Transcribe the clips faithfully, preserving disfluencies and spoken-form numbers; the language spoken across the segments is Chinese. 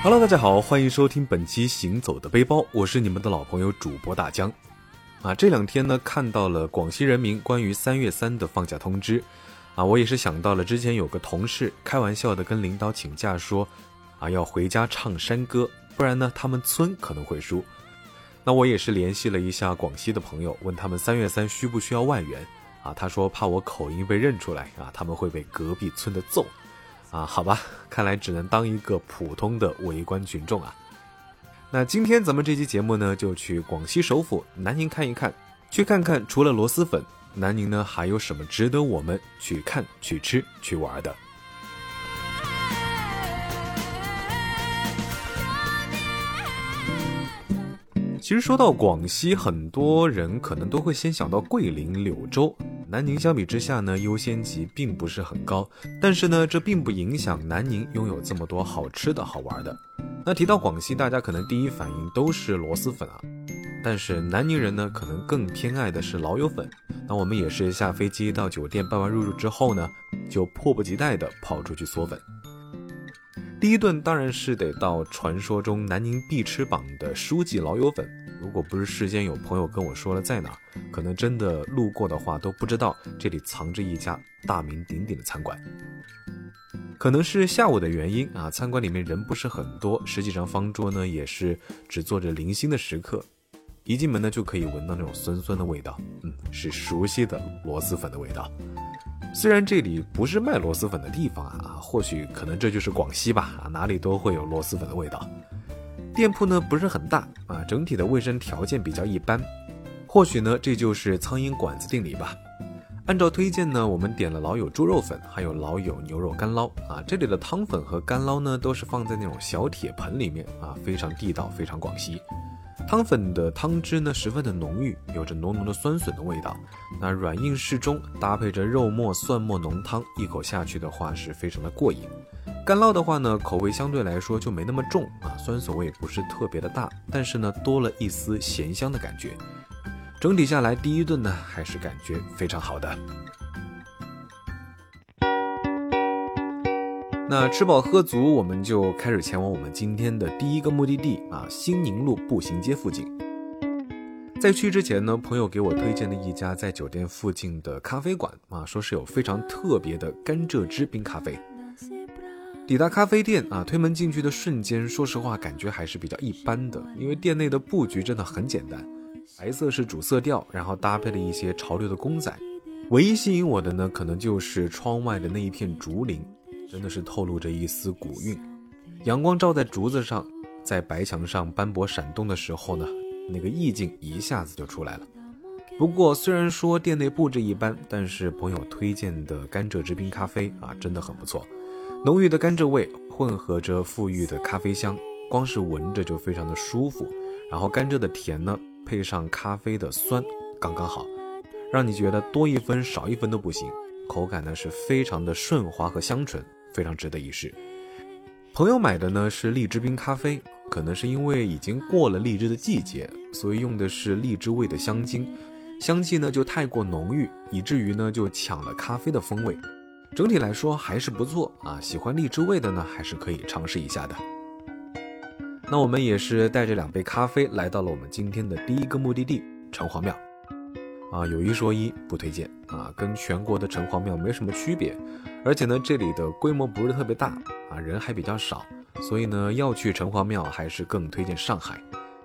Hello， 大家好，欢迎收听本期行走的背包，我是你们的老朋友主播大江。啊，这两天呢看到了广西人民关于三月三的放假通知，啊，我也是想到了之前有个同事开玩笑的跟领导请假说，啊要回家唱山歌，不然呢他们村可能会输。那我也是联系了一下广西的朋友，问他们三月三需不需要外援，啊，他说怕我口音被认出来，啊，他们会被隔壁村的揍。啊，好吧，看来只能当一个普通的围观群众啊。那今天咱们这期节目呢，就去广西首府南宁看一看，去看看除了螺蛳粉，南宁呢还有什么值得我们去看、去吃、去玩的。其实说到广西，很多人可能都会先想到桂林、柳州。南宁相比之下呢，优先级并不是很高，但是呢，这并不影响南宁拥有这么多好吃的好玩的。那提到广西，大家可能第一反应都是螺蛳粉啊，但是南宁人呢，可能更偏爱的是老友粉。那我们也是下飞机到酒店办完入住之后呢，就迫不及待地跑出去嗦粉。第一顿当然是得到传说中南宁必吃榜的书记老友粉，如果不是事先有朋友跟我说了在哪，可能真的路过的话都不知道这里藏着一家大名鼎鼎的餐馆。可能是下午的原因啊，餐馆里面人不是很多，实际上方桌呢也是只坐着零星的食客，一进门呢就可以闻到那种酸酸的味道，嗯，是熟悉的螺蛳粉的味道。虽然这里不是卖螺蛳粉的地方啊，或许可能这就是广西吧，啊，哪里都会有螺蛳粉的味道。店铺呢不是很大啊，整体的卫生条件比较一般，或许呢这就是苍蝇馆子定理吧。按照推荐呢，我们点了老友猪肉粉，还有老友牛肉干捞啊。这里的汤粉和干捞呢都是放在那种小铁盆里面啊，非常地道，非常广西。汤粉的汤汁呢十分的浓郁，有着浓浓的酸笋的味道，那软硬适中，搭配着肉末蒜末浓汤，一口下去的话是非常的过瘾。干捞的话呢，口味相对来说就没那么重啊，酸笋味不是特别的大，但是呢多了一丝咸香的感觉。整体下来第一顿呢还是感觉非常好的。那吃饱喝足，我们就开始前往我们今天的第一个目的地啊，兴宁路步行街附近。在去之前呢，朋友给我推荐了一家在酒店附近的咖啡馆啊，说是有非常特别的甘蔗汁冰咖啡。抵达咖啡店啊，推门进去的瞬间，说实话感觉还是比较一般的，因为店内的布局真的很简单，白色是主色调，然后搭配了一些潮流的公仔。唯一吸引我的呢，可能就是窗外的那一片竹林，真的是透露着一丝古韵。阳光照在竹子上，在白墙上斑驳闪动的时候呢，那个意境一下子就出来了。不过虽然说店内布置一般，但是朋友推荐的甘蔗汁冰咖啡啊，真的很不错。浓郁的甘蔗味混合着馥郁的咖啡香，光是闻着就非常的舒服。然后甘蔗的甜呢，配上咖啡的酸，刚刚好，让你觉得多一分少一分都不行。口感呢是非常的顺滑和香醇，非常值得一试。朋友买的呢是荔枝冰咖啡，可能是因为已经过了荔枝的季节，所以用的是荔枝味的香精，香气呢就太过浓郁，以至于呢就抢了咖啡的风味。整体来说还是不错啊，喜欢荔枝味的呢还是可以尝试一下的。那我们也是带着两杯咖啡来到了我们今天的第一个目的地城隍庙啊，有一说一，不推荐啊，跟全国的城隍庙没什么区别，而且呢这里的规模不是特别大啊，人还比较少，所以呢要去城隍庙还是更推荐上海。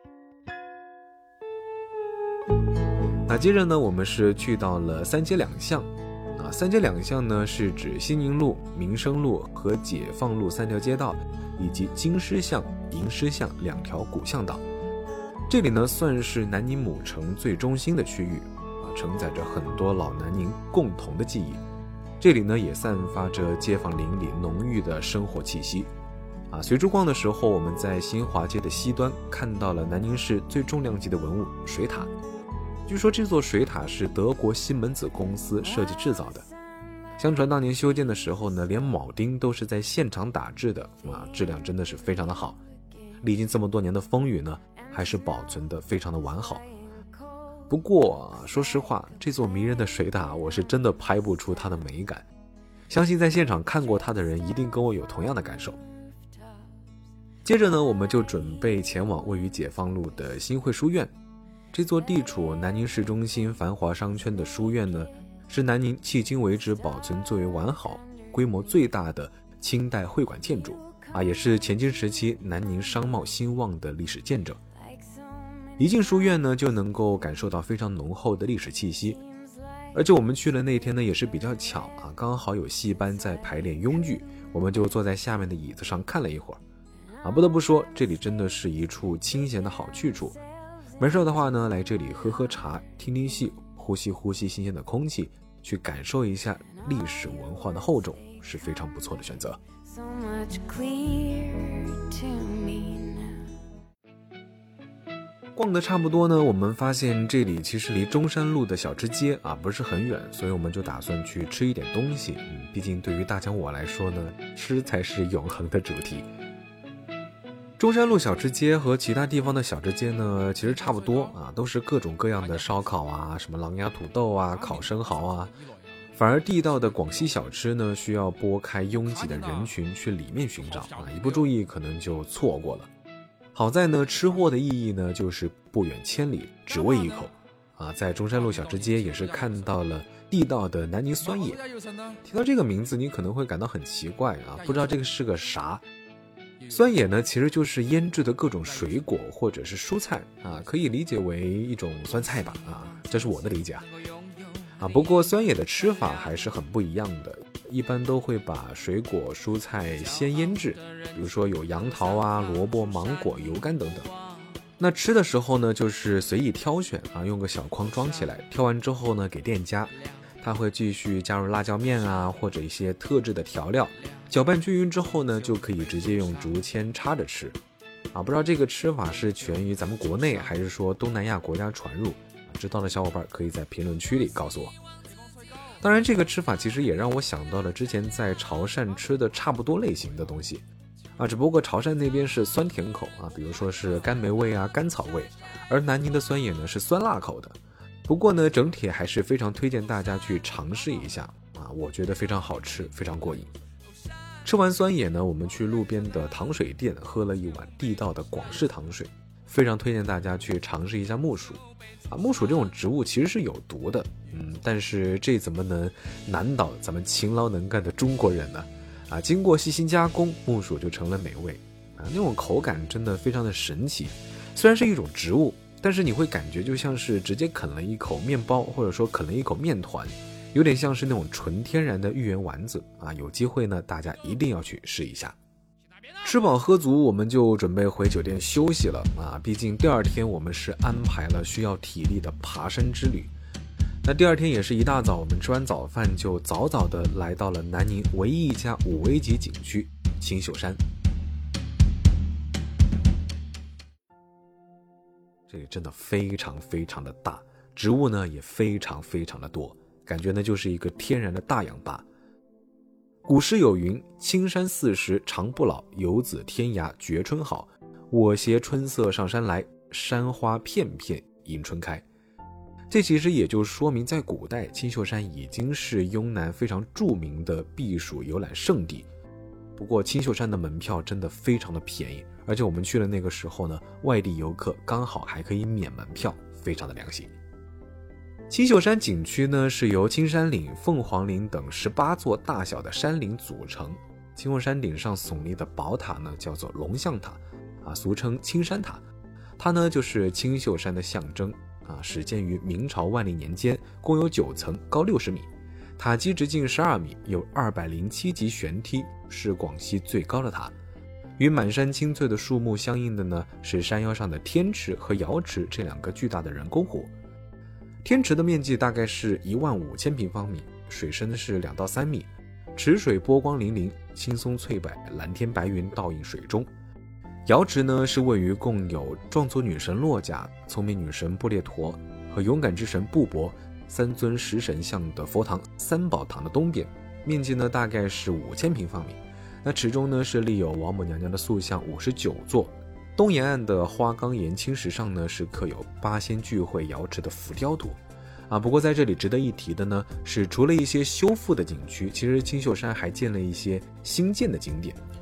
那接着呢我们是去到了三街两巷啊，三街两巷呢是指兴宁路、民生路和解放路三条街道，以及金狮巷、银狮巷两条古巷道。这里呢算是南宁母城最中心的区域啊，承载着很多老南宁共同的记忆。这里呢也散发着街坊邻里浓郁的生活气息啊。随处逛的时候，我们在新华街的西端看到了南宁市最重量级的文物水塔。据说这座水塔是德国西门子公司设计制造的，相传当年修建的时候呢，连铆钉都是在现场打制的啊，质量真的是非常的好。历经这么多年的风雨呢，还是保存得非常的完好。不过说实话，这座迷人的水塔我是真的拍不出它的美感，相信在现场看过它的人一定跟我有同样的感受。 接着呢，我们就准备前往位于解放路的新会书院。这座地处南宁市中心繁华商圈的书院呢，是南宁迄今为止保存最为完好、规模最大的清代会馆建筑啊，也是前清时期南宁商贸兴旺的历史见证。一进书院呢，就能够感受到非常浓厚的历史气息。而且我们去的那天呢，也是比较巧啊，刚好有戏班在排练庸剧，我们就坐在下面的椅子上看了一会儿啊。不得不说，这里真的是一处清闲的好去处。没事的话呢，来这里喝喝茶，听听戏，呼吸呼吸新鲜的空气，去感受一下历史文化的厚重，是非常不错的选择。So much clear to me now. 逛得差不多呢，我们发现这里其实离中山路的小吃街啊不是很远，所以我们就打算去吃一点东西。嗯，毕竟对于大江我来说呢，吃才是永恒的主题。中山路小吃街和其他地方的小吃街呢，其实差不多啊，都是各种各样的烧烤啊，什么狼牙土豆啊，烤生蚝啊。反而地道的广西小吃呢，需要拨开拥挤的人群去里面寻找啊，一不注意可能就错过了。好在呢，吃货的意义呢，就是不远千里，只为一口啊。在中山路小吃街也是看到了地道的南宁酸野。提到这个名字，你可能会感到很奇怪啊，不知道这个是个啥。酸野呢，其实就是腌制的各种水果或者是蔬菜啊，可以理解为一种酸菜吧啊，这是我的理解啊。啊，不过酸野的吃法还是很不一样的，一般都会把水果蔬菜先腌制，比如说有杨桃啊、萝卜、芒果、油柑等等。那吃的时候呢，就是随意挑选啊，用个小筐装起来，挑完之后呢，给店家。他会继续加入辣椒面啊，或者一些特制的调料，搅拌均匀之后呢，就可以直接用竹签插着吃啊。不知道这个吃法是源于咱们国内，还是说东南亚国家传入？知道的小伙伴可以在评论区里告诉我。当然，这个吃法其实也让我想到了之前在潮汕吃的差不多类型的东西啊，只不过潮汕那边是酸甜口啊，比如说是甘梅味啊、甘草味，而南宁的酸野呢是酸辣口的。不过呢，整体还是非常推荐大家去尝试一下啊，我觉得非常好吃，非常过瘾。吃完酸野呢，我们去路边的糖水店喝了一碗地道的广式糖水，非常推荐大家去尝试一下木薯啊。木薯这种植物其实是有毒的，嗯，但是这怎么能难倒咱们勤劳能干的中国人呢？啊，经过细心加工，木薯就成了美味啊，那种口感真的非常的神奇。虽然是一种植物，但是你会感觉就像是直接啃了一口面包，或者说啃了一口面团，有点像是那种纯天然的芋圆丸子啊！有机会呢，大家一定要去试一下。吃饱喝足，我们就准备回酒店休息了啊！毕竟第二天我们是安排了需要体力的爬山之旅。那第二天也是一大早，我们吃完早饭就早早的来到了南宁唯一一家五 A 级景区青秀山。这里真的非常非常的大，植物呢也非常非常的多，感觉呢就是一个天然的大氧吧。古诗有云：青山四时常不老，游子天涯觉春好。我携春色上山来，山花片片迎春开。这其实也就说明，在古代青秀山已经是雍南非常著名的避暑游览胜地。不过青秀山的门票真的非常的便宜，而且我们去的那个时候呢，外地游客刚好还可以免门票，非常的良心。青秀山景区呢是由青山岭、凤凰岭等十八座大小的山岭组成。青秀山顶上耸立的宝塔呢叫做龙象塔啊，俗称青山塔。它呢就是青秀山的象征啊，始建于明朝万历年间，共有九层，高六十米。塔基直径十二米，有二百零七级悬梯，是广西最高的塔。与满山青翠的树木相应的呢，是山腰上的天池和瑶池这两个巨大的人工湖。天池的面积大概是一万五千平方米，水深是两到三米，池水波光粼粼，青松翠柏，蓝天白云倒映水中。瑶池呢是位于共有壮族女神洛迦、聪明女神布列陀和勇敢之神布帛三尊石神像的佛堂三宝堂的东边，面积呢大概是五千平方米。那池中呢是立有王母娘娘的塑像五十九座，东沿岸的花岗岩青石上呢是刻有八仙聚会瑶池的浮雕图啊。不过在这里值得一提的呢是，除了一些修复的景区，其实青秀山还建了一些新建的景点。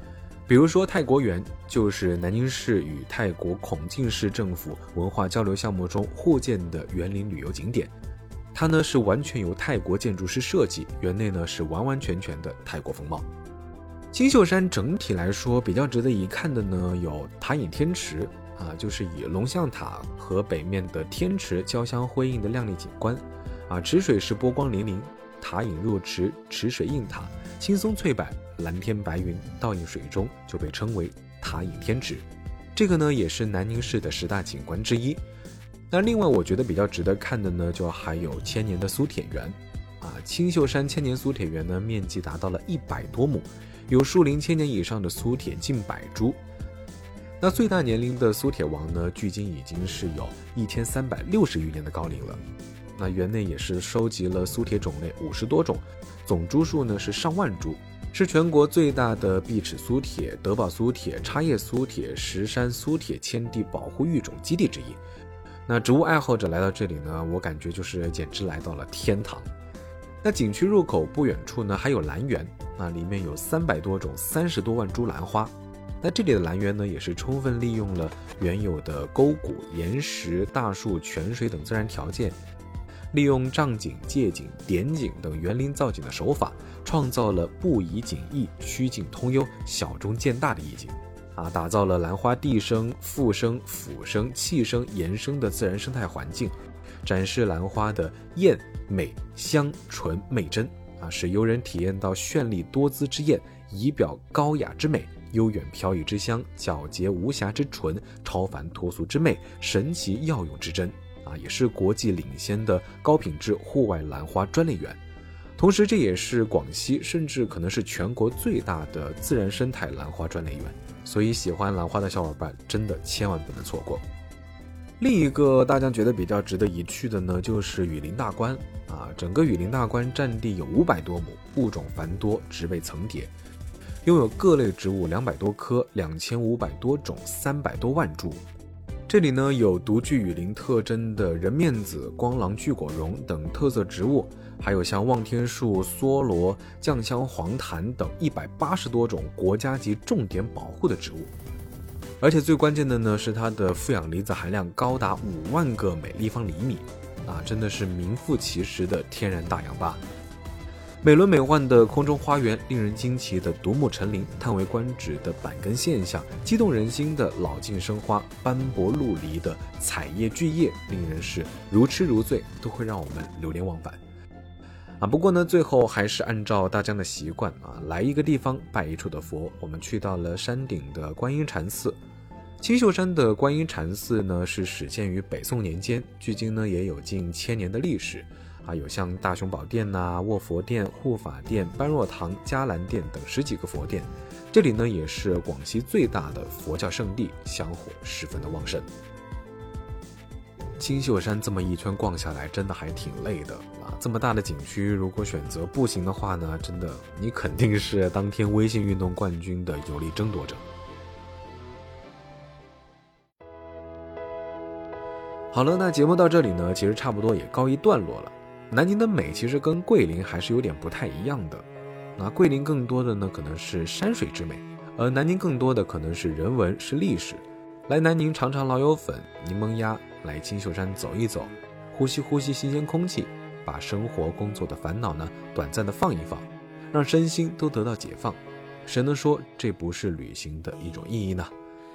比如说泰国园，就是南宁市与泰国孔敬市政府文化交流项目中互建的园林旅游景点，它呢是完全由泰国建筑师设计，园内呢是完完全全的泰国风貌。金秀山整体来说比较值得一看的呢有塔隐天池啊，就是以龙象塔和北面的天池交相辉映的亮丽景观啊，池水是波光粼粼，塔隐若池，池水映塔，青松翠柏，蓝天白云倒映水中，就被称为塔隐天池。这个呢也是南宁市的十大景观之一。那另外我觉得比较值得看的呢，就还有千年的苏铁园啊，青秀山千年苏铁园呢面积达到了一百多亩，有树龄千年以上的苏铁近百株。那最大年龄的苏铁王呢，距今已经是有一千三百六十余年的高龄了。那园内也是收集了苏铁种类五十多种，总株数呢是上万株，是全国最大的碧齿苏铁、德宝苏铁、插叶苏铁、石山苏铁迁地保护育种基地之一。那植物爱好者来到这里呢，我感觉就是简直来到了天堂。那景区入口不远处呢还有兰园，那里面有三百多种三十多万株兰花。那这里的兰园呢也是充分利用了原有的沟谷、岩石、大树、泉水等自然条件，利用障景、借景、点景等园林造景的手法，创造了不以景异、曲径通幽、小中见大的意境啊，打造了兰花地生、附生、腐生、气生、延生的自然生态环境，展示兰花的艳、美、香、纯、媚真啊，使游人体验到绚丽多姿之艳，仪表高雅之美，悠远飘逸之香，皎洁无瑕之纯，超凡脱俗之美，神奇耀勇之真啊，也是国际领先的高品质户外兰花专类园。同时这也是广西甚至可能是全国最大的自然生态兰花专类园，所以喜欢兰花的小伙伴真的千万不能错过。另一个大家觉得比较值得一去的呢，就是雨林大观啊，整个雨林大观占地有五百多亩，物种繁多，植被层叠，拥有各类植物两百多棵，两千五百多种，三百多万株。这里呢有独具雨林特征的人面子、光廊巨果榕等特色植物，还有像望天树、梭罗、酱香黄檀等一百八十多种国家级重点保护的植物。而且最关键的呢是它的负氧离子含量高达五万个每立方厘米啊，真的是名副其实的天然大氧吧。美轮美奂的空中花园，令人惊奇的独木成林，叹为观止的板根现象，激动人心的老茎生花，斑驳陆离的彩叶巨叶，令人是如痴如醉，都会让我们流连忘返啊。不过呢，最后还是按照大家的习惯啊，来一个地方拜一处的佛，我们去到了山顶的观音禅寺。青秀山的观音禅寺呢，是始建于北宋年间，距今呢也有近千年的历史啊，有像大雄宝殿呐、卧佛殿、护法殿、般若堂、伽蓝殿等十几个佛殿。这里呢也是广西最大的佛教圣地，香火十分的旺盛。青秀山这么一圈逛下来，真的还挺累的啊！这么大的景区，如果选择步行的话呢，真的你肯定是当天微信运动冠军的有力争夺者。好了，那节目到这里呢，其实差不多也告一段落了。南宁的美其实跟桂林还是有点不太一样的。那桂林更多的呢可能是山水之美，而南宁更多的可能是人文，是历史。来南宁尝尝老友粉、柠檬鸭，来青秀山走一走，呼吸呼吸新鲜空气，把生活工作的烦恼呢短暂的放一放，让身心都得到解放。谁能说这不是旅行的一种意义呢？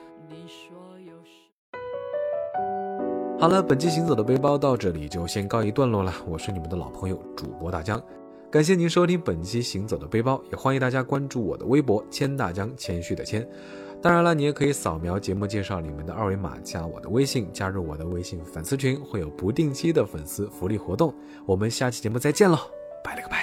好了，本期行走的背包到这里就先告一段落了。我是你们的老朋友主播大江，感谢您收听本期行走的背包，也欢迎大家关注我的微博谦大江，谦虚的谦。当然了，你也可以扫描节目介绍里面的二维码，加我的微信，加入我的微信粉丝群，会有不定期的粉丝福利活动。我们下期节目再见喽，拜了个拜。